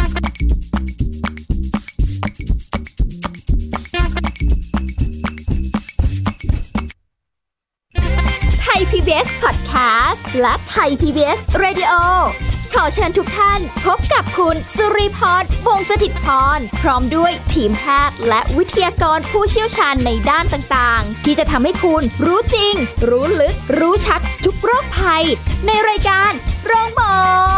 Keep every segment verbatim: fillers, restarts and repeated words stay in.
ไทย พี บี เอส Podcast และไทย พี บี เอส Radio ขอเชิญทุกท่านพบกับคุณสุริพร วงศ์สถิตพรพร้อมด้วยทีมแพทย์และวิทยากรผู้เชี่ยวชาญในด้านต่างๆที่จะทำให้คุณรู้จริงรู้ลึกรู้ชัดทุกโรคภัยในรายการโรงหมอ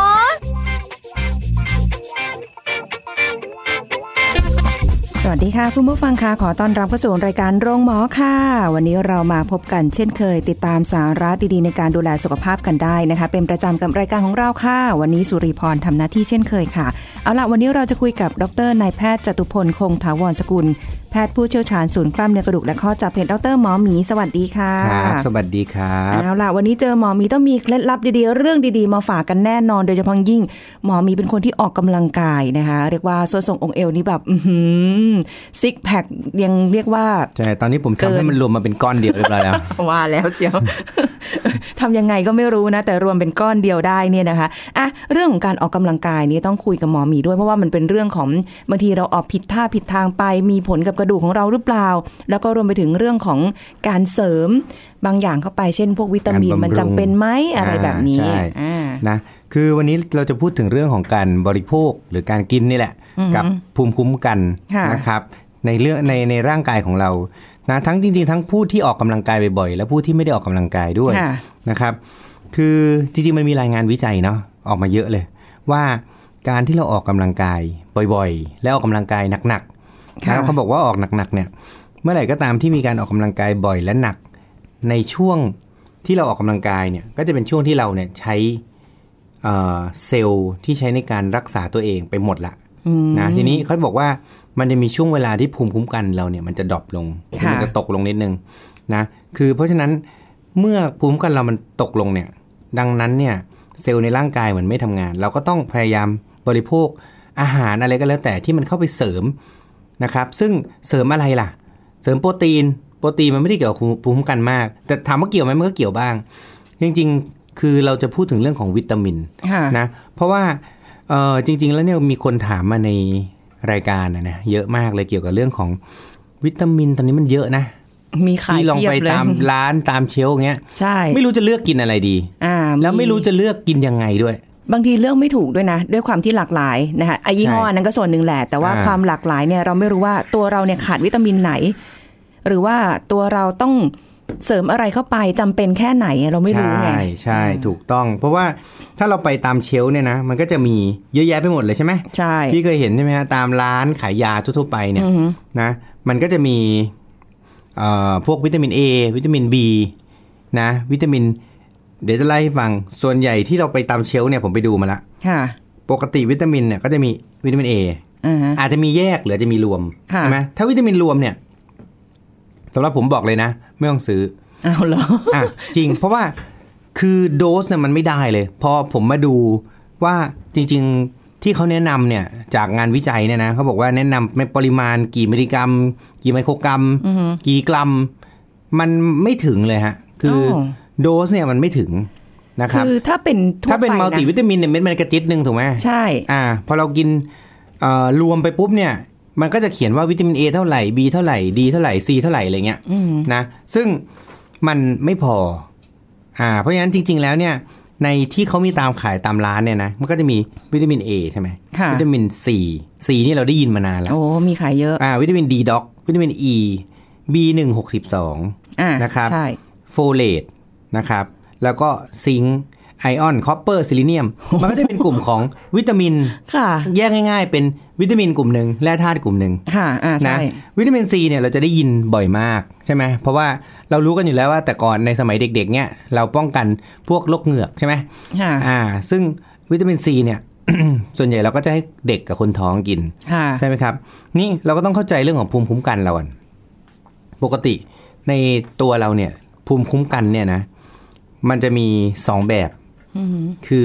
สวัสดีค่ะคุณผู้ฟังค่ะขอต้อนรับเข้าสู่รายการโรงหมอค่ะวันนี้เรามาพบกันเช่นเคยติดตามสาระดีๆในการดูแลสุขภาพกันได้นะคะเป็นประจำกับรายการของเราค่ะวันนี้สุริพรทำหน้าที่เช่นเคยค่ะเอาล่ะวันนี้เราจะคุยกับดร.นายแพทย์จตุพลคงถาวรสกุลแพทย์ผู้เชี่ยวชาญศูนย์กล้ามเนื้อกระดูกและข้อจากเพจดร.หมอหมีสวัสดีค่ะครับสวัสดีครับเอาล่ะวันนี้เจอหมอหมีต้องมีเคล็ดลับดีๆเรื่องดีๆมาฝากกันแน่นอนโดยเฉพาะยิ่งหมอหมีเป็นคนที่ออกกำลังกายนะคะเรียกว่าส่วนทรงองค์เอวนี่แบบอื้อหือซิกแพคยังเรียกว่าใช่ตอนนี้ผมทำให้มันรวมมาเป็นก้อนเดียวเรียบร้อยแล้วว่าแล้วเชียว ทำยังไงก็ไม่รู้นะแต่รวมเป็นก้อนเดียวได้เนี่ยนะคะอ่ะเรื่องของการออกกำลังกายนี่ต้องคุยกับหมอหมีด้วยเพราะว่ามันเป็นเรื่องของบางทีเราออกผิดท่าผิดทางไปมีผลกับกระดูกของเราหรือเปล่าแล้วก็รวมไปถึงเรื่องของการเสริมบางอย่างเข้าไปเช่นพวกวิตามินมันจำเป็นไหมอะไรแบบนี้นะคือวันนี้เราจะพูดถึงเรื่องของการบริโภคหรือการกินนี่แหละกับภูมิคุ้มกันนะครับในเรื่องในในร่างกายของเรานะทั้งจริงๆทั้งผู้ที่ออกกำลังกายบ่อยๆและผู้ที่ไม่ได้ออกกำลังกายด้วยนะครับคือจริงๆมันมีรายงานวิจัยเนาะออกมาเยอะเลยว่าการที่เราออกกำลังกายบ่อยๆและออกกำลังกายหนักๆนะเขาบอกว่าออกหนักๆเนี่ยเมื่อไหร่ก็ตามที่มีการออกกำลังกายบ่อยและหนักในช่วงที่เราออกกำลังกายเนี่ยก็จะเป็นช่วงที่เราเนี่ยใช้เอ่อเซลล์ที่ใช้ในการรักษาตัวเองไปหมดละนะทีนี้เขาบอกว่ามันจะมีช่วงเวลาที่ภูมิคุ้มกันเราเนี่ยมันจะดรอปลงมันจะตกลงนิดนึงนะคือเพราะฉะนั้นเมื่อภูมิคุ้มกันเรามันตกลงเนี่ยดังนั้นเนี่ยเซลล์ในร่างกายมันไม่ทำงานเราก็ต้องพยายามบริโภคอาหารอะไรก็แล้วแต่ที่มันเข้าไปเสริมนะครับซึ่งเสริมอะไรล่ะเสริมโปรตีนโปรตีนมันไม่ได้เกี่ยวกับภูมิคุ้มกันมากแต่ถามว่าเกี่ยวไหมมันก็เกี่ยวบ้างจริงๆคือเราจะพูดถึงเรื่องของวิตามินนะเพราะว่าเออจริงๆแล้วเนี่ยมีคนถามมาในรายการนะนะเยอะมากเลยเกี่ยวกับเรื่องของวิตามินตอนนี้มันเยอะนะมีขายที่ลองไปตามร้านตามเชลฟ์เงี้ยใช่ไม่รู้จะเลือกกินอะไรดีแล้วไม่รู้จะเลือกกินยังไงด้วยบางทีเลือกไม่ถูกด้วยนะด้วยความที่หลากหลายนะคะไอ้ยี่ห้อนั้นก็ส่วนหนึ่งแหละแต่ว่าความหลากหลายเนี่ยเราไม่รู้ว่าตัวเราเนี่ยขาดวิตามินไหนหรือว่าตัวเราต้องเสริมอะไรเข้าไปจำเป็นแค่ไหนเราไม่รู้ไงใช่ใช่ถูกต้องเพราะว่าถ้าเราไปตามเชลฟ์เนี่ยนะมันก็จะมีเยอะแยะไปหมดเลยใช่ไหมใช่พี่เคยเห็นใช่ไหมฮะตามร้านขายยาทั่วๆไปเนี่ยนะมันก็จะมีเอ่อพวกวิตามิน A วิตามิน B นะวิตามินเดี๋ยวจะไล่ให้ฟังส่วนใหญ่ที่เราไปตามเชลฟ์เนี่ยผมไปดูมาละปกติวิตามินเนี่ยก็จะมีวิตามิน A อาจจะมีแยกหรือจะมีรวมใช่ไหมถ้าวิตามินรวมเนี่ยสำหรับผมบอกเลยนะไม่ต้องซื้อเอาเหรออ่ะจริงเพราะว่าคือโดสเนี่ยมันไม่ได้เลยพอผมมาดูว่าจริงๆที่เขาแนะนำเนี่ยจากงานวิจัยเนี่ยนะเขาบอกว่าแนะนำในปริมาณกี่มิลลิกรัมกี่ไมโครกรัมกี่กรัมมันไม่ถึงเลยฮะคือโดสเนี่ยมันไม่ถึงนะครับคือถ้าเป็นถ้าเป็นมัลติวิตามินเนี่ยเม็ดมันกระจิตนึงถูกไหมใช่อ่าพอเรากินเอ่อรวมไปปุ๊บเนี่ยมันก็จะเขียนว่าวิตามิน A เท่าไหร่ B เท่าไหร่ D เท่าไหร่ C เท่าไหร่อะไรเงี้ยนะซึ่งมันไม่พออ่าเพราะฉะนั้นจริงๆแล้วเนี่ยในที่เขามีตามขายตามร้านเนี่ยนะมันก็จะมีวิตามิน A ใช่ไหมวิตามิน C C นี่เราได้ยินมานานแล้วโอ้มีขายเยอะอ่าวิตามิน D ด็อกวิตามิน E B หนึ่ง หกสิบสองอ่านะครับใช่โฟเลตนะครับแล้วก็ซิงค์ไอออนคอปเปอร์ซิลิเนียมมันก็จะเป็นกลุ่มของวิตามินแยกง่ายๆเป็นวิตามินกลุ่มหนึ่งแร่ธาตุกลุ่มหนึ่งนะวิตามินซีเนี่ยเราจะได้ยินบ่อยมากใช่ไหมเพราะว่าเรารู้กันอยู่แล้วว่าแต่ก่อนในสมัยเด็กๆเนี่ยเราป้องกันพวกโรคเหงือกใช่ไหมอ่าซึ่งวิตามินซีเนี่ย ส่วนใหญ่เราก็จะให้เด็กกับคนท้องกินใช่ไหมครับนี่เราก็ต้องเข้าใจเรื่องของภูมิคุ้มกันเราก่อนปกติในตัวเราเนี่ยภูมิคุ้มกันเนี่ยนะมันจะมีสองแบบคือ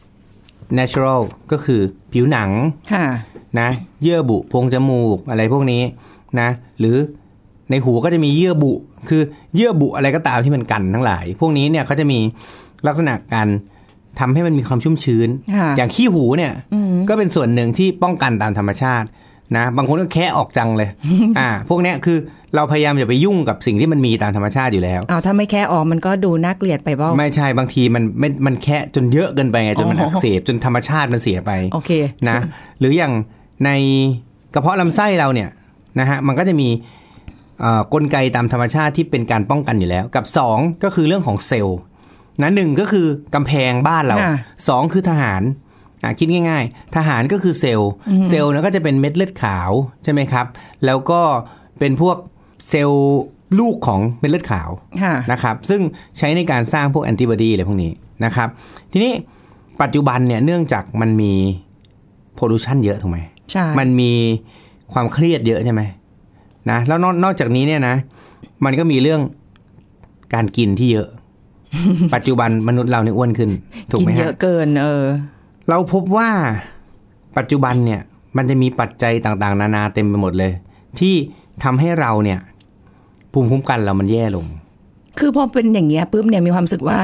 natural ก็คือผิวหนังนะเยื่อบุโพรงจมูกอะไรพวกนี้นะหรือในหูก็จะมีเยื่อบุคือเยื่อบุอะไรก็ตามที่มันกันทั้งหลายพวกนี้เนี่ยเขาจะมีลักษณะการทำให้มันมีความชุ่มชื้นอย่างขี้หูเนี่ยก็เป็นส่วนหนึ่งที่ป้องกันตามธรรมชาตินะบางคนก็แคะออกจังเลย อ่าพวกเนี้ยคือเราพยายามอย่าไปยุ่งกับสิ่งที่มันมีตามธรรมชาติอยู่แล้วอ้าวถ้าไม่แคะออกมันก็ดูน่าเกลียดไปบ้างไม่ใช่บางทีมันไม่มันแคะจนเยอะเกินไปไงจนมันอักเสบจนธรรมชาติมันเสียไปโอเคนะหรืออย่างในกระเพาะลำไส้เราเนี่ยนะฮะมันก็จะมีกลไกตามธรรมชาติที่เป็นการป้องกันอยู่แล้วกับสองก็คือเรื่องของเซลล์นะหนึ่งก็คือกำแพงบ้านเราสองคือทหารคิดง่ายๆทหารก็คือเซลล์เซลล์นะก็จะเป็นเม็ดเลือดขาวใช่ไหมครับแล้วก็เป็นพวกเซลล์ลูกของเม็ดเลือดขาวนะครับซึ่งใช้ในการสร้างพวกแอนติบอดีอะไรพวกนี้นะครับทีนี้ปัจจุบันเนี่ยเนื่องจากมันมีโพลูชันเยอะถูกไหมใช่มันมีความเครียดเยอะใช่ไหมนะแล้วนอกนอกจากนี้เนี่ยนะมันก็มีเรื่องการกินที่เยอะ ปัจจุบันมนุษย์เราเนี่ยอ้วนขึ้นถูกไหมฮะกินเยอะเกินเออเราพบว่าปัจจุบันเนี่ยมันจะมีปัจจัยต่างๆนานาเต็มไปหมดเลยที่ทำให้เราเนี่ยภูมิคุ้มกันเรามันแย่ลงคือพอเป็นอย่างเงี้ยปุ๊บเนี่ยมีความรู้สึกว่า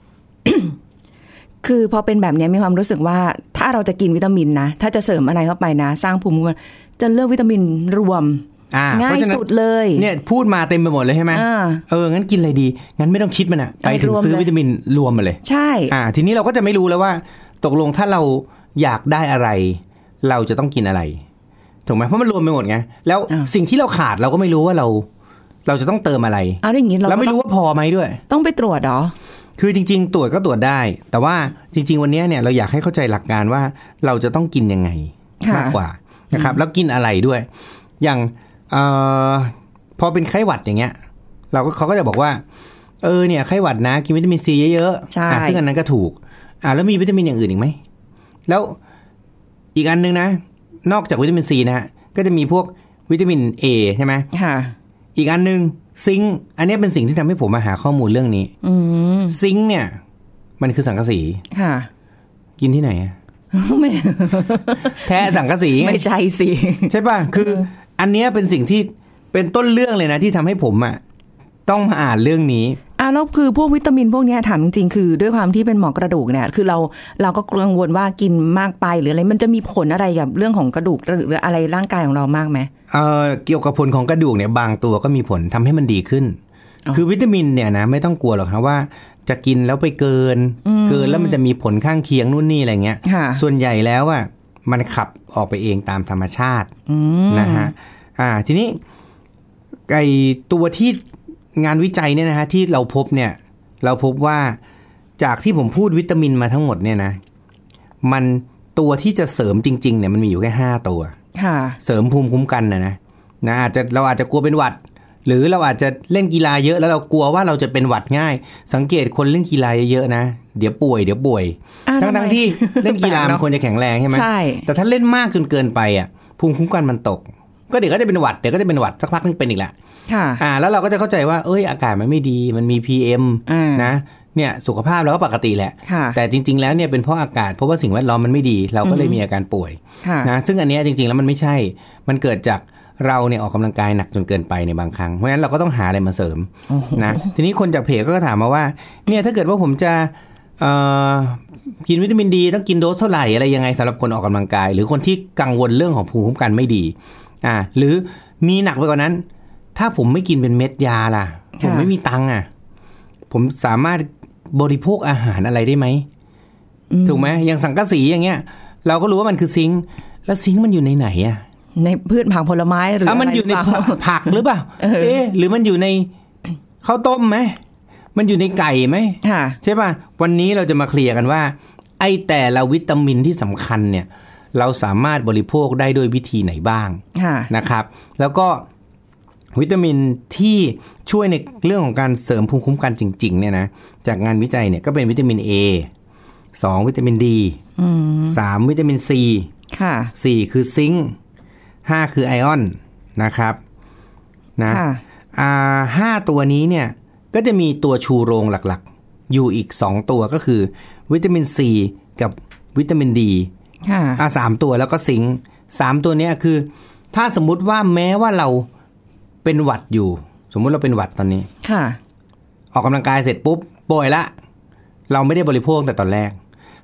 คือพอเป็นแบบนี้มีความรู้สึกว่าถ้าเราจะกินวิตามินนะถ้าจะเสริมอะไรเข้าไปนะสร้างภูมิคุ้มกันจะเลือกวิตามินรวมง่ายสุดเลยเนี่ยพูดมาเต็มไปหมดเลยใช่ไหมเอองั้นกินอะไรดีงั้นไม่ต้องคิดมันอะไปถึงซื้อวิตามินรวมมาเลยใช่อ่าทีนี้เราก็จะไม่รู้แล้วว่าตกลงถ้าเราอยากได้อะไรเราจะต้องกินอะไรถูกไหมเพราะมันรวมไปหมดไงแล้วสิ่งที่เราขาดเราก็ไม่รู้ว่าเราเราจะต้องเติมอะไรเอาอย่างนี้เราไม่รู้ว่าพอไหมด้วยต้องไปตรวจหรอคือจริงๆตรวจก็ตรวจได้แต่ว่าจริงๆวันนี้เนี่ยเราอยากให้เข้าใจหลักการว่าเราจะต้องกินยังไงมากกว่านะครับแล้วกินอะไรด้วยอย่างเอ่อพอเป็นไข้หวัดอย่างเงี้ยเราก็เขาก็จะบอกว่าเออเนี่ยไข้หวัดนะกินวิตามินซีเยอะๆซึ่งอันนั้นก็ถูกอ่าแล้วมีวิตามินอย่างอื่นอีกไหมแล้วอีกอันนึงนะนอกจากวิตามินซีนะฮะก็จะมีพวกวิตามิน A ใช่ไหมค่ะอีกอันนึงซิงค์อันนี้เป็นสิ่งที่ทำให้ผมมาหาข้อมูลเรื่องนี้ซิงค์เนี่ยมันคือสังกะสีค่ะกินที่ไหนไม่แท้สังกะสีไม่ใช่สิใช่ป่ะคืออันนี้เป็นสิ่งที่เป็นต้นเรื่องเลยนะที่ทำให้ผมอ่ะต้องมาอ่านเรื่องนี้อ่ะแล้วคือพวกวิตามินพวกนี้ถามจริงๆคือด้วยความที่เป็นหมอกระดูกเนี่ยคือเราเราก็กังวลว่ากินมากไปหรืออะไรมันจะมีผลอะไรกับเรื่องของกระดูกหรืออะไรร่างกายของเรามากไหมเอ่อเกี่ยวกับผลของกระดูกเนี่ยบางตัวก็มีผลทำให้มันดีขึ้นคือวิตามินเนี่ยนะไม่ต้องกลัวหรอกครับว่าจะกินแล้วไปเกินเกินแล้วมันจะมีผลข้างเคียงนู่นนี่อะไรเงี้ยส่วนใหญ่แล้วอ่ะมันขับออกไปเองตามธรรมชาตินะฮะอ่าทีนี้ไอตัวที่งานวิจัยเนี่ยนะฮะที่เราพบเนี่ยเราพบว่าจากที่ผมพูดวิตามินมาทั้งหมดเนี่ยนะมันตัวที่จะเสริมจริงๆเนี่ยมันมีอยู่แค่ห้าตัวเสริมภูมิคุ้มกันนะนะนะอาจจะเราอาจจะกลัวเป็นหวัดหรือเราอาจจะเล่นกีฬาเยอะแล้วเรากลัวว่าเราจะเป็นหวัดง่ายสังเกตคนเล่นกีฬาเยอะๆนะเดี๋ยวป่วยเดี๋ยวป่วยทั้งๆที่เล่นกีฬามันควรจะแข็งแรงใช่ไหมแต่ถ้าเล่นมากจนเกินไปอ่ะภูมิคุ้มกันมันตกก็เดี๋ยวก็จะเป็นหวัดเดี๋ยวก็จะเป็นหวัดสักพักนึงเป็นอีกแหละอ่าแล้วเราก็จะเข้าใจว่าเอ้ยอากาศมันไม่ดีมันมี พี เอ็ม นะเนี่ยสุขภาพเราก็ปกติแหละแต่จริงๆแล้วเนี่ยเป็นเพราะอากาศเพราะว่าสิ่งแวดล้อมมันไม่ดีเราก็เลยมีอาการป่วยนะซึ่งอันนี้จริงๆแล้วมันไม่ใช่มันเกิดจากเราเนี่ยออกกำลังกายหนักจนเกินไปในบางครั้งเพราะฉะนั้นเราก็ต้องหาอะไรมาเสริมนะทีนี้คนจากเพจก็ถามมาว่าเนี่ยถ้าเกิดว่าผมจะเอ่อกินวิตามินดีต้องกินโดสเท่าไหร่อะไรยังไงสำหรับคนออกกำลังกายหรือคนที่กังวลเรื่องของภูมิคุ้มกันไม่ดีอ่าหรือมีหนักไปกว่านั้นถ้าผมไม่กินเป็นเม็ดยาล่ะผมไม่มีตังค์อ่ะผมสามารถบริโภคอาหารอะไรได้ไหมถูกไหมอย่างสังกะสีอย่างเงี้ยเราก็รู้ว่ามันคือซิงค์แล้วซิงค์มันอยู่ในไหนอ่ะในพืชผักผลไม้หรืออะไรมันอยู่ในผักหรือเปล่าเอ๊ะหรือมันอยู่ในข้าวต้มไหมมันอยู่ในไก่ไหมใช่ป่ะวันนี้เราจะมาเคลียร์กันว่าไอ้แต่ละวิตามินที่สำคัญเนี่ยเราสามารถบริโภคได้ด้วยวิธีไหนบ้างนะครับแล้วก็วิตามินที่ช่วยในเรื่องของการเสริมภูมิคุ้มกันจริงๆเนี่ยนะจากงานวิจัยเนี่ยก็เป็นวิตามิน A สองวิตามิน D สามวิตามิน C ค่ะสี่คือซิงค์ห้าคือไอออนนะครับนะอ่าห้าตัวนี้เนี่ยก็จะมีตัวชูโรงหลักๆอยู่อีกสองตัวก็คือวิตามิน C กับวิตามิน D อ่าสามตัวแล้วก็ซิงค์สามตัวเนี้ยคือถ้าสมมุติว่าแม้ว่าเราเป็นหวัดอยู่สมมุติเราเป็นหวัดตอนนี้ค่ะออกกำลังกายเสร็จปุ๊บป่วยละเราไม่ได้บริโภคแต่ตอนแรก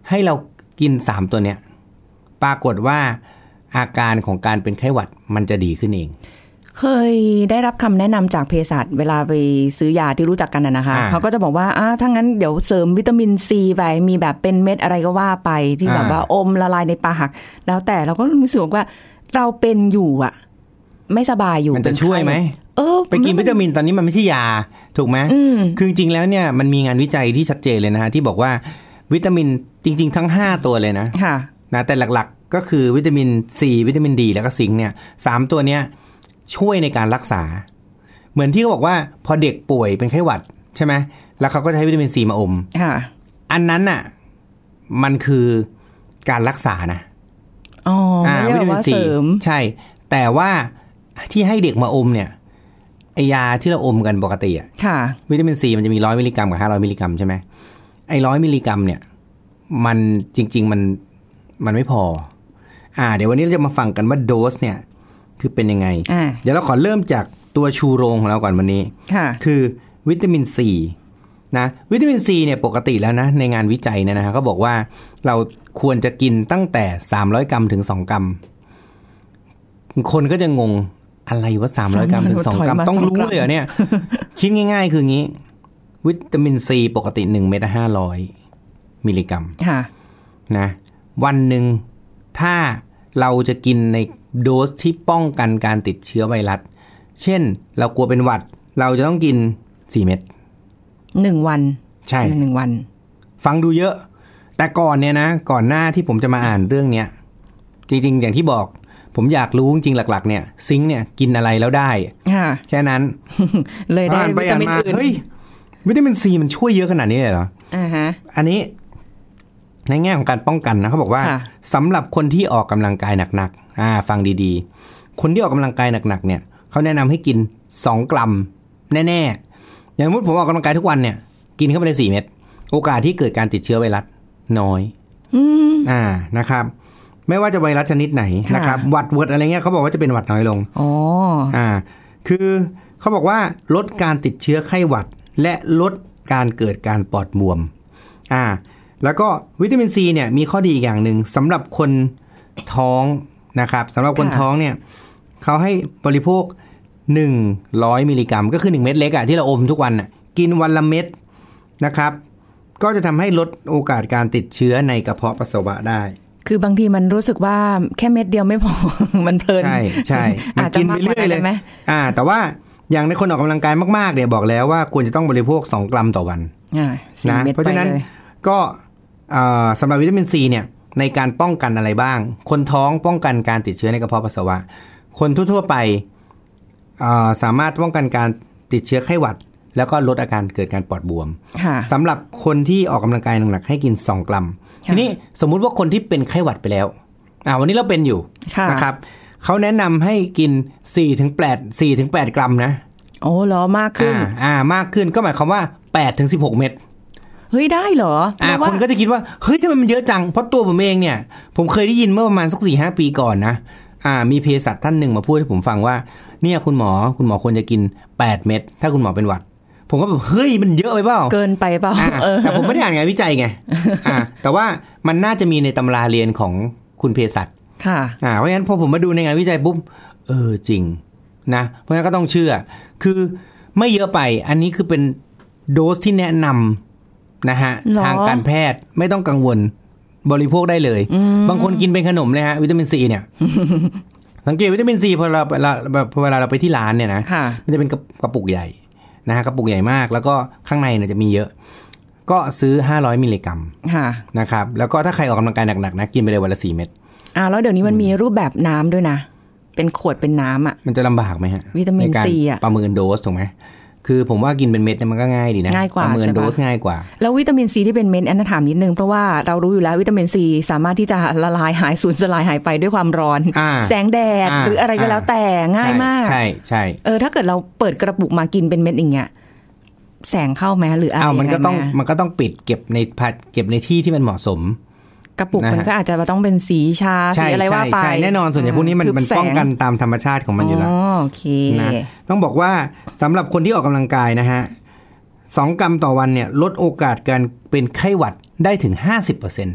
ให้เรากินสามตัวเนี้ยปรากฏว่าอาการของการเป็นไข้หวัดมันจะดีขึ้นเองเคยได้รับคำแนะนำจากเภสัชเวลาไปซื้อยาที่รู้จักกันนะคะเขาก็จะบอกว่าอ่าถ้างั้นเดี๋ยวเสริมวิตามินซีไปมีแบบเป็นเม็ดอะไรก็ว่าไปที่แบบว่าอมละลายในปากแล้วแต่เราก็รู้สึกว่าเราเป็นอยู่อ่ะไม่สบายอยู่มันจะช่วยไหมเออไปกินวิตามินตอนนี้มันไม่ใช่ยาถูกไหมคือจริงๆแล้วเนี่ยมันมีงานวิจัยที่ชัดเจนเลยนะฮะที่บอกว่าวิตามินจริงๆทั้งห้าตัวเลยนะนะแต่หลักๆก็คือวิตามินซีวิตามินดีแล้วก็ซิงค์เนี่ยสามตัวเนี้ยช่วยในการรักษาเหมือนที่เขาบอกว่าพอเด็กป่วยเป็นไข้หวัดใช่ไหมแล้วเขาก็ใช้วิตามินซีมาอมอันนั้นน่ะมันคือการรักษานะอ๋อวิตามินซีใช่แต่ว่าที่ให้เด็กมาอมเนี่ยไอยาที่เราอมกันปกติอ่ะวิตามินซีมันจะมีร้อยมิลลิกรัมกับห้าร้อยมิลลิกรัมใช่ไหมไอ้ร้อยมิลลิกรัมเนี่ยมันจริงๆมันมันไม่พออ่าเดี๋ยววันนี้เราจะมาฟังกันว่าโดสเนี่ยคือเป็นยังไงเดี๋ยวเราขอเริ่มจากตัวชูโรงของเราก่อนวันนี้คือวิตามินซีนะวิตามินซีเนี่ยปกติแล้วนะในงานวิจัยเนี่ยนะฮะเขาบอกว่าเราควรจะกินตั้งแต่สามร้อยกรัมถึงสองกรัมคนก็จะงงอะไรว่าสามร้อยกรัมถึงสองกรัมต้องรู้เลยเหรอเนี่ยคิดง่ายๆคืองี้วิตามินซีปกติหนึ่งเม็ดห้าร้อยมิลลิกรัมนะวันหนึ่งถ้าเราจะกินในโดสที่ป้องกันการติดเชื้อไวรัสเช่นเรากลัวเป็นหวัดเราจะต้องกินสี่เม็ดหนึ่งวันใช่หนึ่งวันฟังดูเยอะแต่ก่อนเนี่ยนะก่อนหน้าที่ผมจะมาอ่านเรื่องเนี้ยจริงๆอย่างที่บอกผมอยากรู้จริงๆหลักๆเนี่ยซิงค์เนี่ยกินอะไรแล้วได้แค่นั้นเลยได้วิตามินอื่นเฮ้ยวิตามินซีมันช่วยเยอะขนาดนี้เลยเหรออ่าฮะอันนี้ในแง่ของการป้องกันนะเขาบอกว่าสำหรับคนที่ออกกำลังกายหนักๆอ่าฟังดีๆคนที่ออกกำลังกายหนักๆเนี่ยเขาแนะนำให้กินสองกรัมแน่ๆอย่างสมมติผมออกกำลังกายทุกวันเนี่ยกินเข้าไปเลยสี่เม็ดโอกาสที่เกิดการติดเชื้อไวรัสน้อยอ่านะครับไม่ว่าจะไวรัสชนิดไหนนะครับหวัดเวิร์ดอะไรเงี้ยเขาบอกว่าจะเป็นหวัดน้อยลงอ๋ออ่าคือเขาบอกว่าลดการติดเชื้อไข้หวัดและลดการเกิดการปอดบวมอ่าแล้วก็วิตามินซีเนี่ยมีข้อดีอีกอย่างหนึ่งสำหรับคนท้องนะครับสำหรับคนท้องเนี่ยเขาให้บริโภคหนึ่งร้อยมิลลิกรัมก็คือหนึ่งเม็ดเล็กอะที่เราอมทุกวันอะกินวันละเม็ดนะครับก็จะทำให้ลดโอกาสการติดเชื้อในกระเพาะปัสสาวะได้คือบางทีมันรู้สึกว่าแค่เม็ดเดียวไม่พอ มันเพลินใช่ใช่มันกินไปเรื่อยเลยอ่าแต่ว่าอย่างในคนออกกำลังกายมากๆเนี่ยบอกแล้วว่าควรจะต้องบริโภคสองกรัมต่อวันนะเพราะฉะนั้นก็สำหรับวิตามินซีเนี่ยในการป้องกันอะไรบ้างคนท้องป้องกันการติดเชื้อในกระเพาะปัสสาวะคนทั่วๆไปสามารถป้องกันการติดเชื้อไข้หวัดแล้วก็ลดอาการเกิดการปอดบวมสำหรับคนที่ออกกำลังกายหนักๆให้กินสองกรัมทีนี้สมมุติว่าคนที่เป็นไข้หวัดไปแล้วอ่าวันนี้เราเป็นอยู่นะครับเขาแนะนำให้กินสี่ถึงแปด สี่ถึงแปดกรัมนะโอ้เหรอมากขึ้นอ่าอ่ามากขึ้นก็หมายความว่าแปดถึงสิบหกเม็ดเฮ้ยได้เหรออ่าคนก็จะคิดว่าเฮ้ยทำไมมันเยอะจังเพราะตัวผมเองเนี่ยผมเคยได้ยินเมื่อประมาณสัก สี่ห้า ปีก่อนนะอ่ามีเภสัชท่านหนึ่งมาพูดให้ผมฟังว่าเนี่ยคุณหมอคุณหมอควรจะกินแปดเม็ดถ้าคุณหมอเป็นหวัดผมก็แบบเฮ้ยมันเยอะไปเปล่าเกินไปเปล่าแต่ผมไม่ได้อ่านงานวิจัยไงอ่าแต่ว่ามันน่าจะมีในตำราเรียนของคุณเภสัชค่ะอ่าเพราะฉะนั้นพอผมมาดูในงานวิจัยปุ๊บเออจริงนะเพราะฉะนั้นก็ต้องเชื่อคือไม่เยอะไปอันนี้คือเป็นโดสที่แนะนำนะฮะทางการแพทย์ไม่ต้องกังวลบริโภคได้เลยบางคนกินเป็นขนมเลยฮะวิตามินซีเนี่ยสังเกตวิตามินซีพอเราแบบเวลาเราไปที่ร้านเนี่ยนะมันจะเป็นกระปุกใหญ่นะฮะกระปุกใหญ่มากแล้วก็ข้างในเนี่ยจะมีเยอะก็ซื้อห้าร้อยมิลลิกรัมนะครับแล้วก็ถ้าใครออกกำลังกายหนักๆนะกินไปเลยวันละสี่เม็ดอ่าแล้วเดี๋ยวนี้มันมีรูปแบบน้ำด้วยนะเป็นขวดเป็นน้ำอ่ะมันจะลำบากไหมฮะวิตามินซีอ่ะประเมินโดสถูกไหมคือผมว่ากินเป็นเม็ดเนี่ยมันก็ง่ายดีนะง่ายกว่าประเมินโดสง่ายกว่าแล้ววิตามินซีที่เป็นเม็ดอันนั้นถามนิดนึงเพราะว่าเรารู้อยู่แล้ววิตามินซีสามารถที่จะละลายหายสูญสลายหายไปด้วยความร้อนแสงแดดหรืออะไรก็แล้วแต่ง่ายมากใช่ใช่เออถ้าเกิดเราเปิดกระปุกมากินเป็นเม็ดอย่างเงี้ยแสงเข้าไหมหรืออะไรมันก็ต้องมันก็ต้องปิดเก็บในพัดเก็บในที่ที่มันเหมาะสมกระปุกมันก็อาจจะต้องเป็นสีชาสีอะไรว่าไปใช่แน่นอนส่วนใหญ่พวกนี้มันมันป้องกันตามธรรมชาติของมันอยู่แล้วโอเคนะต้องบอกว่าสำหรับคนที่ออกกำลังกายนะฮะสองกรัมต่อวันเนี่ยลดโอกาสการเป็นไข้หวัดได้ถึง ห้าสิบเปอร์เซ็นต์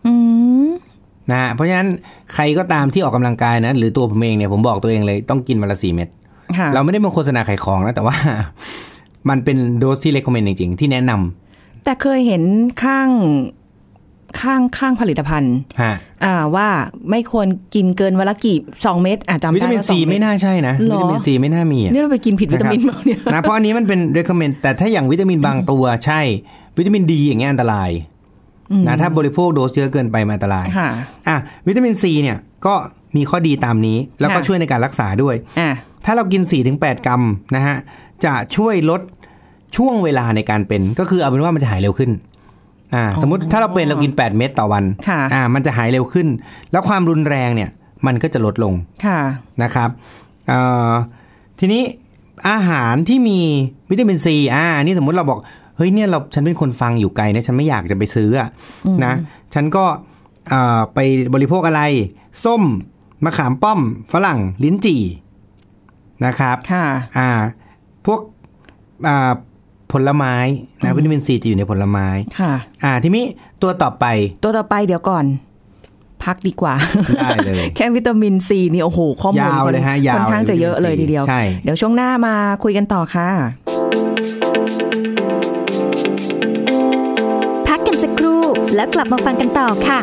นะฮะเพราะฉะนั้นใครก็ตามที่ออกกำลังกายนะหรือตัวผมเองเนี่ยผมบอกตัวเองเลยต้องกินวันละสี่เม็ดเราไม่ได้มาโฆษณาขายของนะแต่ว่ามันเป็นโดสที่ recommend จริงๆที่แนะนำแต่เคยเห็นข้างข้างข้างผลิตภัณฑ์ว่าไม่ควรกินเกินวันละกี่สองเม็ดอาจจะวิตามินซีไม่น่าใช่นะวิตามินซีไม่น่ามีนี่เราไปกินผิดวิตามินมาเนี่ยนะเพราะอันนี้มันเป็น recommend แต่ถ้าอย่างวิตามินบางตัวใช่วิตามินดีอย่างเงี้ยอันตรายนะถ้าบริโภคโดสเยอะเกินไปมันอันตรายอ่ะวิตามินซีเนี่ยก็มีข้อดีตามนี้แล้วก็ช่วยในการรักษาด้วยถ้าเรากิน สี่ถึงแปด กรัมนะฮะจะช่วยลดช่วงเวลาในการเป็นก็คือเอาเป็นว่ามันจะหายเร็วขึ้นอ่าสมมุติถ้าเราเป็นเรากินแปดเม็ดต่อวันอ่ามันจะหายเร็วขึ้นแล้วความรุนแรงเนี่ยมันก็จะลดลงนะครับเอ่อทีนี้อาหารที่มีวิตามินซีอ่านี่สมมุติเราบอกเฮ้ยเนี่ยเราฉันเป็นคนฟังอยู่ไกลนะฉันไม่อยากจะไปซื้ออ่ะนะฉันก็เอ่อไปบริโภคอะไรส้มมะขามป้อมฝรั่งลิ้นจี่นะครับอ่าพวกอ่าผลไม้นะวิตามินซีจะอยู่ในผลไม้ค่ะอ่าทีนี้ตัวต่อไปตัวต่อไปเดี๋ยวก่อนพักดีกว่าได้เลยแค่วิตามินซีนี่โอ้โหข้อมูลค่อนข้างจะเยอะเลยทีเดียวเดี๋ยวช่วงหน้ามาคุยกันต่อค่ะพักกันสักครู่แล้วกลับมาฟังกันต่อค่ะ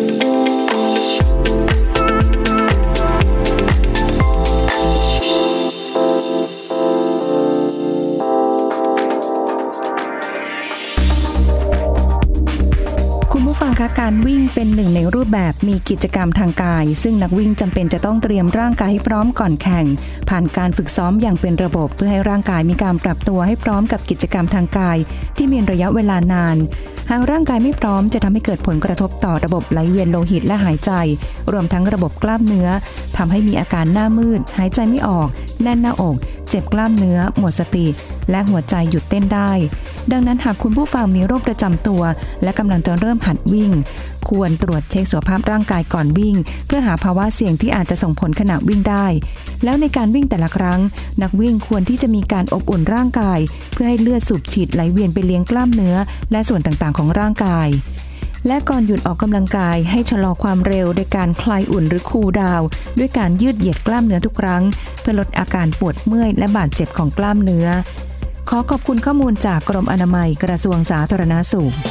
ฟังค่ะการวิ่งเป็นหนึ่งในรูปแบบมีกิจกรรมทางกายซึ่งนักวิ่งจำเป็นจะต้องเตรียมร่างกายให้พร้อมก่อนแข่งผ่านการฝึกซ้อมอย่างเป็นระบบเพื่อให้ร่างกายมีการปรับตัวให้พร้อมกับกิจกรรมทางกายที่มีระยะเวลานานหากร่างกายไม่พร้อมจะทำให้เกิดผลกระทบต่อระบบไหลเวียนโลหิตและหายใจรวมทั้งระบบกล้ามเนื้อทำให้มีอาการหน้ามืดหายใจไม่ออกแน่นหน้าอกเจ็บกล้ามเนื้อหมดสติและหัวใจหยุดเต้นได้ดังนั้นหากคุณผู้ฟังมีโรคประจำตัวและกำลังจะเริ่มหัดวิ่งควรตรวจเช็คสุขภาพร่างกายก่อนวิ่งเพื่อหาภาวะเสี่ยงที่อาจจะส่งผลขณะวิ่งได้แล้วในการวิ่งแต่ละครั้งนักวิ่งควรที่จะมีการอบอุ่นร่างกายเพื่อให้เลือดสูบฉีดไหลเวียนไปเลี้ยงกล้ามเนื้อและส่วนต่างๆของร่างกายและก่อนหยุดออกกำลังกายให้ชะลอความเร็วโดยการคลายอุ่นหรือคูลดาวน์ด้วยการยืดเหยียดกล้ามเนื้อทุกครั้งเพื่อลดอาการปวดเมื่อยและบาดเจ็บของกล้ามเนื้อขอขอบคุณข้อมูลจากกรมอนามัยกระทรวงสาธารณสุข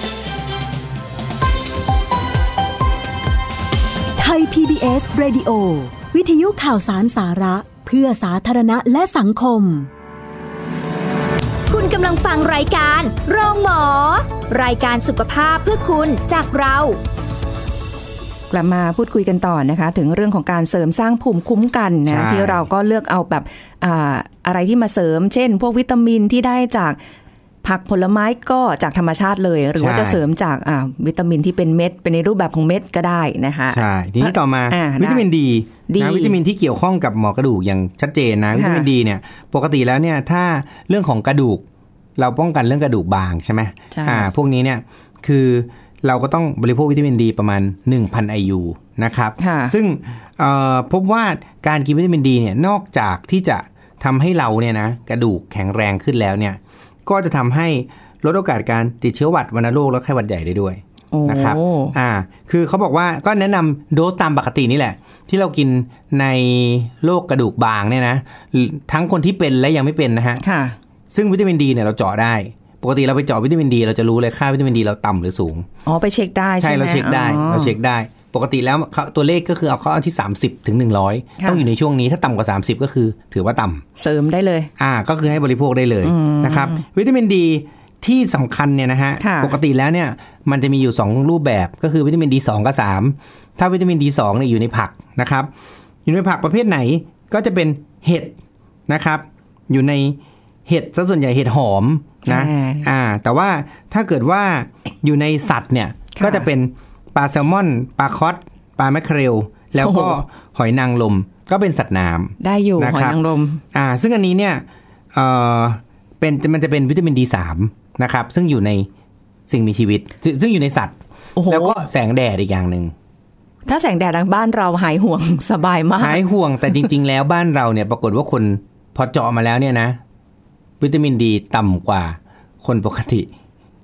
ไทย พี บี เอส Radio วิทยุข่าวสารสาระเพื่อสาธารณะและสังคมคุณกำลังฟังรายการโรงหมอรายการสุขภาพเพื่อคุณจากเรากลับมาพูดคุยกันต่อนะคะถึงเรื่องของการเสริมสร้างภูมิคุ้มกันนะที่เราก็เลือกเอาแบบ อ่า อะไรที่มาเสริมเช่นพวกวิตามินที่ได้จากผักผลไม้ก็จากธรรมชาติเลยหรือว่าจะเสริมจากอ่าวิตามินที่เป็นเม็ดเป็นในรูปแบบของเม็ดก็ได้นะคะใช่ทีนี้ต่อมาวิตามินดีนะวิตามินที่เกี่ยวข้องกับหมอกระดูกอย่างชัดเจนนะวิตามินดีเนี่ยปกติแล้วเนี่ยถ้าเรื่องของกระดูกเราป้องกันเรื่องกระดูกบางใช่ไหมอ่าพวกนี้เนี่ยคือเราก็ต้องบริโภควิตามินดีประมาณ หนึ่งพัน ไอ ยู นะครับซึ่งพบว่าการกินวิตามินดีเนี่ยนอกจากที่จะทำให้เราเนี่ยนะกระดูกแข็งแรงขึ้นแล้วเนี่ยก็จะทำให้ลดโอกาสการติดเชื้อหวัดวัณโรคและไข้หวัดใหญ่ได้ด้วยนะครับอ่าคือเขาบอกว่าก็แนะนำโดสตามปกตินี่แหละที่เรากินในโรคกระดูกบางเนี่ยนะทั้งคนที่เป็นและยังไม่เป็นนะฮะซึ่งวิตามินดีเนี่ยเราเจาะได้ปกติเราไปเจาะวิตามินดีเราจะรู้เลยค่าวิตามินดีเราต่ำหรือสูงอ๋อไปเช็คได้ใช่ไหมใช่เราเช็คได้เราเช็คได้ปกติแล้วตัวเลขก็คือเอาเข้าที่สามสิบถึงหนึ่งร้อยต้องอยู่ในช่วงนี้ถ้าต่ำกว่าสามสิบก็คือถือว่าต่ำเสริมได้เลยอ่าก็คือให้บริโภคได้เลยนะครับวิตามินดีที่สำคัญเนี่ยนะฮะปกติแล้วเนี่ยมันจะมีอยู่สองรูปแบบก็คือวิตามินดีสองกับสามถ้าวิตามินดีสองเนี่ยอยู่ในผักนะครับอยู่ในผักประเภทไหนก็จะเป็นเห็ดนะครับอยู่ในเห็ดซะส่วนใหญ่เห็ดหอมนะอ่าแต่ว่าถ้าเกิดว่าอยู่ในสัตว์เนี่ยก็จะเป็นปลาแซลมอนปลาคอสปลาแมคเคเรลแล้วก็หอยนางรมก็เป็นสัตว์น้ำได้อยู่หอยนางรมอ่าซึ่งอันนี้เนี่ยเอ่อเป็นมันจะเป็นวิตามิน ดี สาม นะครับซึ่งอยู่ในสิ่งมีชีวิตซึ่งอยู่ในสัตว์แล้วก็แสงแดดอีกอย่างนึงถ้าแสงแดดทางบ้านเราหายห่วงสบายมากหายห่วงแต่จริงๆแล้วบ้านเราเนี่ยปรากฏว่าคนพอเจาะมาแล้วเนี่ยนะวิตามินดีต่ำกว่าคนปกติ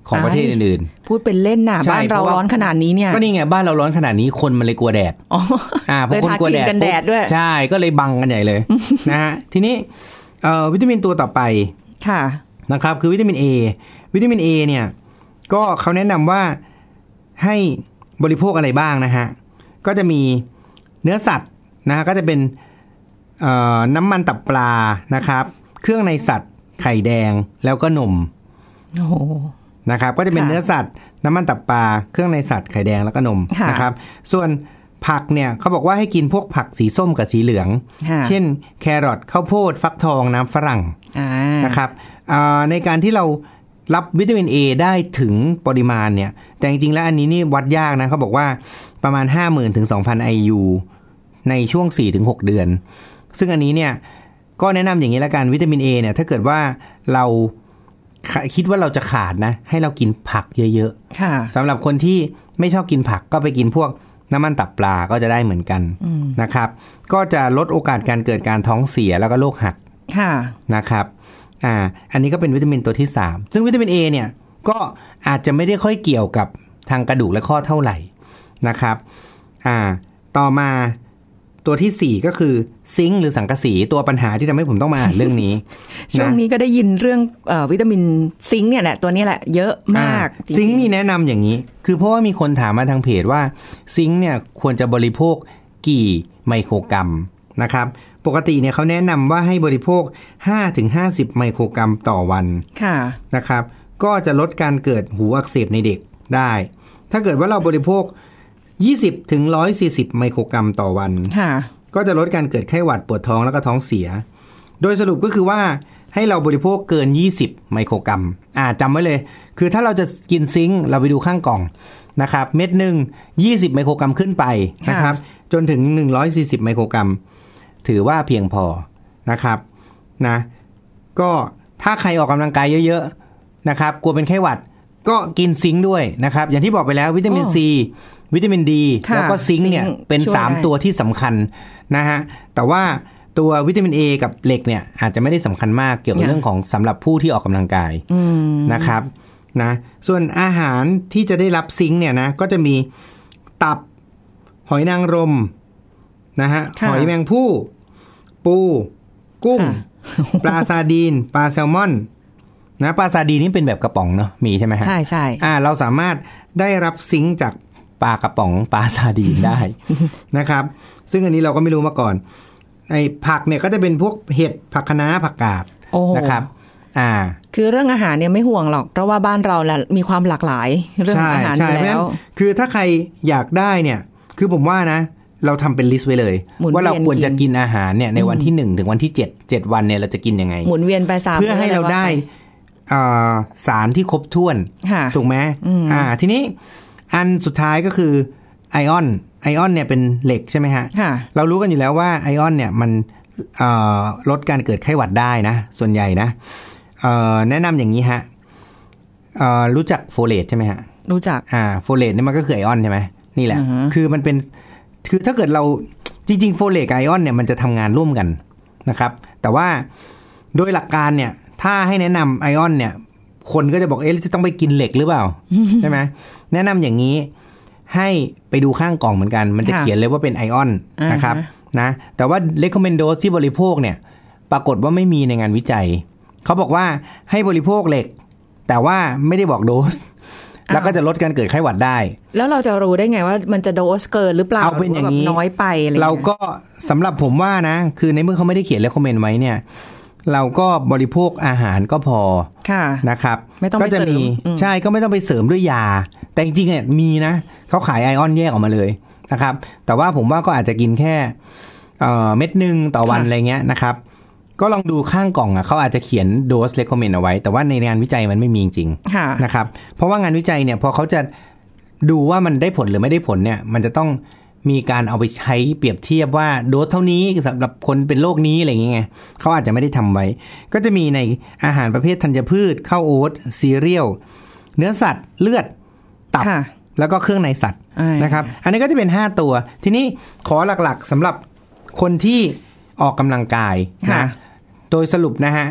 ของประเทศอื่นๆพูดเป็นเล่นน่ะบ้านเราร้อนขนาดนี้เนี่ยก็นี่ไงบ้านเราร้อนขนาดนี้คนมันเลยกลัวแดดอ๋ออ่าพอคนกลัวแดดกันแดดด้วยใช่ก็เลยบังกันใหญ่เลย นะฮะทีนี้เอ่อวิตามินตัวต่อไปค่ะนะครับคือวิตามิน A วิตามิน A เนี่ยก็เขาแนะนำว่าให้บริโภคอะไรบ้างนะฮะก็จะมีเนื้อสัตว์นะฮะก็จะเป็นน้ำมันตับปลานะครับเครื่องในสัตว์ไข่แดงแล้วก็นมโอ้นะครับก็จะเป็นเนื้อสัตว์น้ำมันตับปลาเครื่องในสัตว์ไข่แดงแล้วก็นมนะครับส่วนผักเนี่ยเขาบอกว่าให้กินพวกผักสีส้มกับสีเหลืองเช่นแครอทข้าวโพดฟักทองน้ำฝรั่งนะครับในการที่เรารับวิตามิน A ได้ถึงปริมาณเนี่ยแต่จริงๆแล้วอันนี้นี่วัดยากนะเขาบอกว่าประมาณ ห้าหมื่น ถึง สองพัน ไอ ยู ในช่วง สี่ถึงหก เดือนซึ่งอันนี้เนี่ยก็แนะนำอย่างนี้ละกันวิตามิน A เนี่ยถ้าเกิดว่าเราคิดว่าเราจะขาดนะให้เรากินผักเยอะๆสำหรับคนที่ไม่ชอบกินผักก็ไปกินพวกน้ำมันตับปลาก็จะได้เหมือนกันนะครับก็จะลดโอกาสการเกิดการท้องเสียแล้วก็โรคหัดนะครับอ่าอันนี้ก็เป็นวิตามินตัวที่สามซึ่งวิตามิน A เนี่ยก็อาจจะไม่ได้ค่อยเกี่ยวกับทางกระดูกและข้อเท่าไหร่นะครับอ่าต่อมาตัวที่สี่ก็คือซิงค์หรือสังกะสีตัวปัญหาที่ทำให้ผมต้องมาอ่านเรื่องนี้ช่วงนี้ก็ได้ยินเรื่องเอ่อวิตามินซิงค์เนี่ยแหละตัวนี้แหละเยอะมากซิงค์นี่แนะนำอย่างนี้คือเพราะว่ามีคนถามมาทางเพจว่าซิงค์เนี่ยควรจะบริโภคกี่ไมโครกรัมนะครับปกติเนี่ยเขาแนะนำว่าให้บริโภค ห้าถึงห้าสิบ ไมโครกรัมต่อวันนะครับก็จะลดการเกิดหูอักเสบในเด็กได้ถ้าเกิดว่าเราบริโภค ยี่สิบถึงหนึ่งร้อยสี่สิบ ไมโครกรัมต่อวันก็จะลดการเกิดไข้หวัดปวดท้องแล้วก็ท้องเสียโดยสรุปก็คือว่าให้เราบริโภคเกินยี่สิบไมโครกรัมอ่าจำไว้เลยคือถ้าเราจะกินซิงค์เราไปดูข้างกล่องนะครับเม็ดหนึ่งยี่สิบไมโครกรัมขึ้นไปนะครับจนถึงหนึ่งร้อยสี่สิบไมโครกรัมถือว่าเพียงพอนะครับนะก็ถ้าใครออกกำลังกายเยอะๆนะครับกลัวเป็นไข้หวัดก็กินซิงค์ด้วยนะครับอย่างที่บอกไปแล้ววิตามินซีวิตามินดีแล้วก็ซิงค์เนี่ยเป็นสามตัวที่สำคัญนะฮะแต่ว่าตัววิตามิน A กับเหล็กเนี่ยอาจจะไม่ได้สำคัญมากเกี่ยวกับเรื่องของสำหรับผู้ที่ออกกำลังกายนะครับนะส่วนอาหารที่จะได้รับซิงค์เนี่ยนะก็จะมีตับหอยนางรมนะฮะหอยแมงภู่ปูกุ้งปลาซาร์ดีนปลาแซลมอนนะปลาซาร์ดีนนี่เป็นแบบกระป๋องเนาะมีใช่ไหมฮะใช่ใช่อ่าเราสามารถได้รับซิงค์จากปลากระป๋องปลาซาร์ดีนได้ นะครับซึ่งอันนี้เราก็ไม่รู้มาก่อนไอ้ผักเนี่ยก็จะเป็นพวกเห็ดผักคะน้าผักกาดนะครับอ่าคือเรื่องอาหารเนี่ยไม่ห่วงหรอกเพราะว่าบ้านเราแหละมีความหลากหลายเรื่องอาหารอยู่แล้วคือถ้าใครอยากได้เนี่ยคือผมว่านะเราทำเป็นลิสต์ไว้เลยว่าเราควรจะกินอาหารเนี่ยในวันที่หนึ่งถึงวันที่เจ็ด เจ็ดวันเนี่ยเราจะกินยังไงหมุนเวียนไปสามเพื่อให้เราได้สารที่ครบถ้วนถูกไหมอ่าทีนี้อันสุดท้ายก็คือไอออนไอออนเนี่ยเป็นเหล็กใช่ไหมฮะเรารู้กันอยู่แล้วว่าไอออนเนี่ยมันลดการเกิดไข้หวัดได้นะส่วนใหญ่นะแนะนำอย่างนี้ฮะรู้จักโฟเลตใช่ไหมฮะรู้จักอ่าโฟเลตนี่มันก็คือไอออนใช่ไหมนี่แหละคือมันเป็นคือถ้าเกิดเราจริงๆโฟเลตกับไอออนเนี่ยมันจะทำงานร่วมกันนะครับแต่ว่าโดยหลักการเนี่ยถ้าให้แนะนำไอออนเนี่ยคนก็จะบอกเอ๊ะจะต้องไปกินเหล็กหรือเปล่า ใช่ไหมแนะนำอย่างนี้ให้ไปดูข้างกล่องเหมือนกันมันจะเขียนเลยว่าเป็นไอออนนะครับนะแต่ว่า recommend dose ที่บริโภคเนี่ยปรากฏว่าไม่มีในงานวิจัยเขาบอกว่าให้บริโภคเหล็กแต่ว่าไม่ได้บอกโดสแล้วก็จะลดการเกิดไข้หวัดได้แล้วเราจะรู้ได้ไงว่ามันจะโดสเกินหรือเปล่าเอาเป็นอย่างนี้น้อยไปอะไรเราก็สำหรับผมว่านะคือในเมื่อเขาไม่ได้เขียน recommend ไว้เนี่ยเราก็บริโภคอาหารก็พอนะครับก็จะมีใช่ก็ไม่ต้องไปเสริมด้วยยาแต่จริงๆเนี่ยมีนะเขาขายไอออนแยกออกมาเลยนะครับแต่ว่าผมว่าก็อาจจะกินแค่เม็ดนึงต่อวันอะไรเงี้ยนะครับก็ลองดูข้างกล่องอ่ะเขาอาจจะเขียนโดส recommend เอาไว้แต่ว่าในงานวิจัยมันไม่มีจริงๆนะครับเพราะว่างานวิจัยเนี่ยพอเขาจะดูว่ามันได้ผลหรือไม่ได้ผลเนี่ยมันจะต้องมีการเอาไปใช้เปรียบเทียบว่าโดสเท่านี้สำหรับคนเป็นโรคนี้อะไรอย่างเงี้ยเขาอาจจะไม่ได้ทำไว้ก็จะมีในอาหารประเภทธัญพืชข้าวโอ๊ตซีเรียลเนื้อสัตว์เลือดตับแล้วก็เครื่องในสัตว์นะครับอันนี้ก็จะเป็นห้าตัวทีนี้ขอหลักๆสำหรับคนที่ออกกำลังกายนะโดยสรุปนะฮะ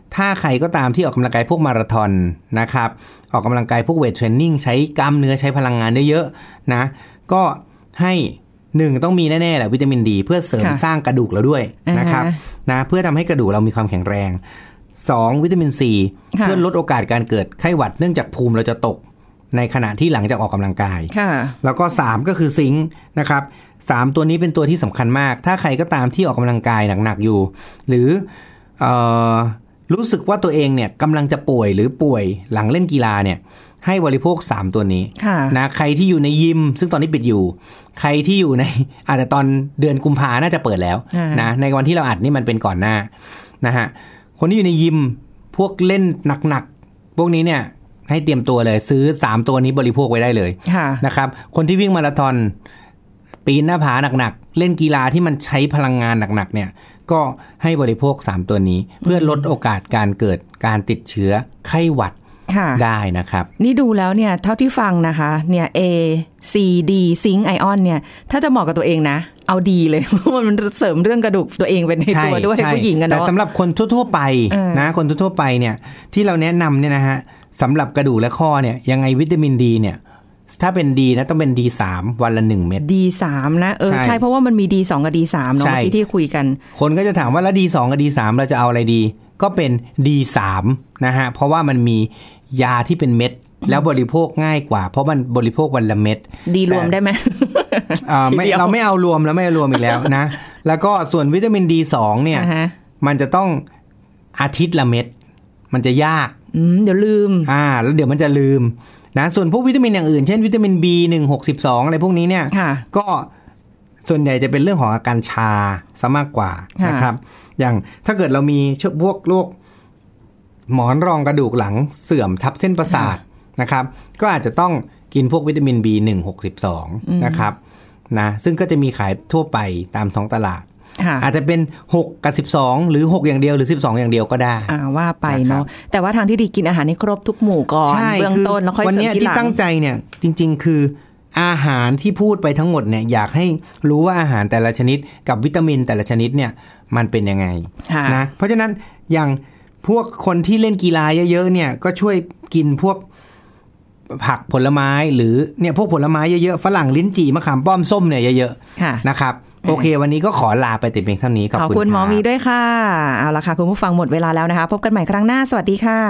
ถ้าใครก็ตามที่ออกกำลังกายพวกมาราธอนนะครับออกกำลังกายพวกเวทเทรนนิ่งใช้กล้ามเนื้อใช้พลังงานเยอะๆนะก็ให้หนึ่งต้องมีแน่ๆแหละวิตามินดีเพื่อเสริมสร้างกระดูกเราด้วยนะครับนะเพื่อทำให้กระดูกเรามีความแข็งแรงสองวิตามินซีเพื่อลดโอกาสการเกิดไข้หวัดเนื่องจากภูมิเราจะตกในขณะที่หลังจากออกกำลังกายแล้วก็สามก็คือซิงค์นะครับสามตัวนี้เป็นตัวที่สำคัญมากถ้าใครก็ตามที่ออกกำลังกายหนักๆอยู่หรือเอ่อรู้สึกว่าตัวเองเนี่ยกำลังจะป่วยหรือป่วยหลังเล่นกีฬาเนี่ยให้บริโภคสามตัวนี้นะใครที่อยู่ในยิมซึ่งตอนนี้ปิดอยู่ใครที่อยู่ในอาจจะตอนเดือนกุมภาน่าจะเปิดแล้วนะในวันที่เราอัดนี่มันเป็นก่อนหน้านะฮะคนที่อยู่ในยิมพวกเล่นหนักๆพวกนี้เนี่ยให้เตรียมตัวเลยซื้อสามตัวนี้บริโภคไว้ได้เลยนะครับคนที่วิ่งมาราธอนปีนหน้าผาหนักๆเล่นกีฬาที่มันใช้พลังงานหนักๆเนี่ยก็ให้บริโภคสามตัวนี้เพื่อลดโอกาสการเกิดการติดเชื้อไข้หวัดได้นะครับนี่ดูแล้วเนี่ยเท่าที่ฟังนะคะเนี่ย A C D ซิงค์ไอออนเนี่ยถ้าจะเหมาะกับตัวเองนะเอาดีเลยเพราะมันเสริมเรื่องกระดูกตัวเองเป็นในตัวด้วยผู้หญิงกันเนาะแต่สำหรับคนทั่วๆไปนะคนทั่วๆไปเนี่ยที่เราแนะนำเนี่ยนะฮะสำหรับกระดูกและข้อเนี่ยยังไงวิตามินดีเนี่ยถ้าเป็นดีนะต้องเป็น ดี สาม วันละหนึ่งเม็ดดี สาม นะเออ ใ, ใช่เพราะว่ามันมี ดี สอง กับ ดี สาม เนาะเมื่อกี้ที่คุยกันคนก็จะถามว่าแล้ว ดี สอง กับ ดี สาม เราจะเอาอะไรดีก็เป็น ดี สาม นะฮะเพราะว่ามันมียาที่เป็นเม็ดแล้วบริโภคง่ายกว่าเพราะมันบริโภควันละเม็ดดีรวมได้ไหมไม่เราไม่เอารวมแล้วไม่เอารวมอีกแล้วนะแล้วก็ส่วนวิตามิน ดี สอง เนี่ย uh-huh. มันจะต้องอาทิตย์ละเม็ดมันจะยากเดี๋ยวลืมอ่าแล้วเดี๋ยวมันจะลืมนะส่วนพวกวิตามินอย่างอื่นเช่นวิตามิน บี หนึ่ง หก สิบสอง อะไรพวกนี้เนี่ยก็ส่วนใหญ่จะเป็นเรื่องของอาการชาซะมากกว่านะครับอย่างถ้าเกิดเรามีพวกโรคหมอนรองกระดูกหลังเสื่อมทับเส้นประสาทนะครับก็อาจจะต้องกินพวกวิตามิน บี หนึ่ง หก สิบสอง นะครับนะซึ่งก็จะมีขายทั่วไปตามท้องตลาดอาจจะเป็นหกกับสิบสองหรือหกอย่างเดียวหรือสิบสองอย่างเดียวก็ได้อ่าว่าไปเนาะแต่ว่าทางที่ดีกินอาหารให้ครบทุกหมู่ก่อนเบื้องต้นแล้วค่อยเสริมทีหลังวันนี้ที่ตั้งใจเนี่ยจริงๆคืออาหารที่พูดไปทั้งหมดเนี่ยอยากให้รู้ว่าอาหารแต่ละชนิดกับวิตามินแต่ละชนิดเนี่ยมันเป็นยังไงนะเพราะฉะนั้นอย่างพวกคนที่เล่นกีฬาเยอะๆเนี่ยก็ช่วยกินพวกผักผลไม้หรือเนี่ยพวกผลไม้เยอะๆฝรั่งลิ้นจี่มะขามป้อมส้มเนี่ยเยอะๆนะครับโอเควันนี้ก็ขอลาไปแต่เพียงเท่านี้ขอบคุณขอบคุณหมอมีด้วยค่ะเอาล่ะค่ะคุณผู้ฟังหมดเวลาแล้วนะคะพบกันใหม่ครั้งหน้าสวัสดีค่ะ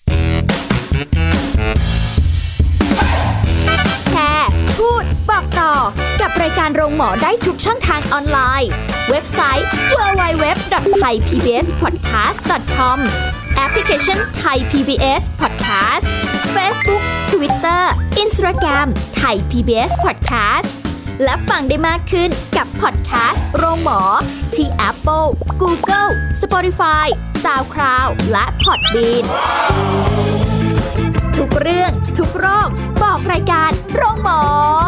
แชร์พูดบอกต่อกับรายการโรงหมอได้ทุกช่องทางออนไลน์เว็บไซต์ ดับเบิลยู ดับเบิลยู ดับเบิลยู ดอท ไทย พี บี เอส พอดแคสต์ ดอท คอม แอปพลิเคชัน Thai พี บี เอส Podcast Facebook Twitter Instagram Thai พี บี เอส Podcast และฟังได้มากขึ้นกับพอดแคสต์โรงหมอที่ Apple, Google, Spotify, SoundCloud และ Podbean ทุกเรื่องทุกโรคบอกรายการโรงหมอ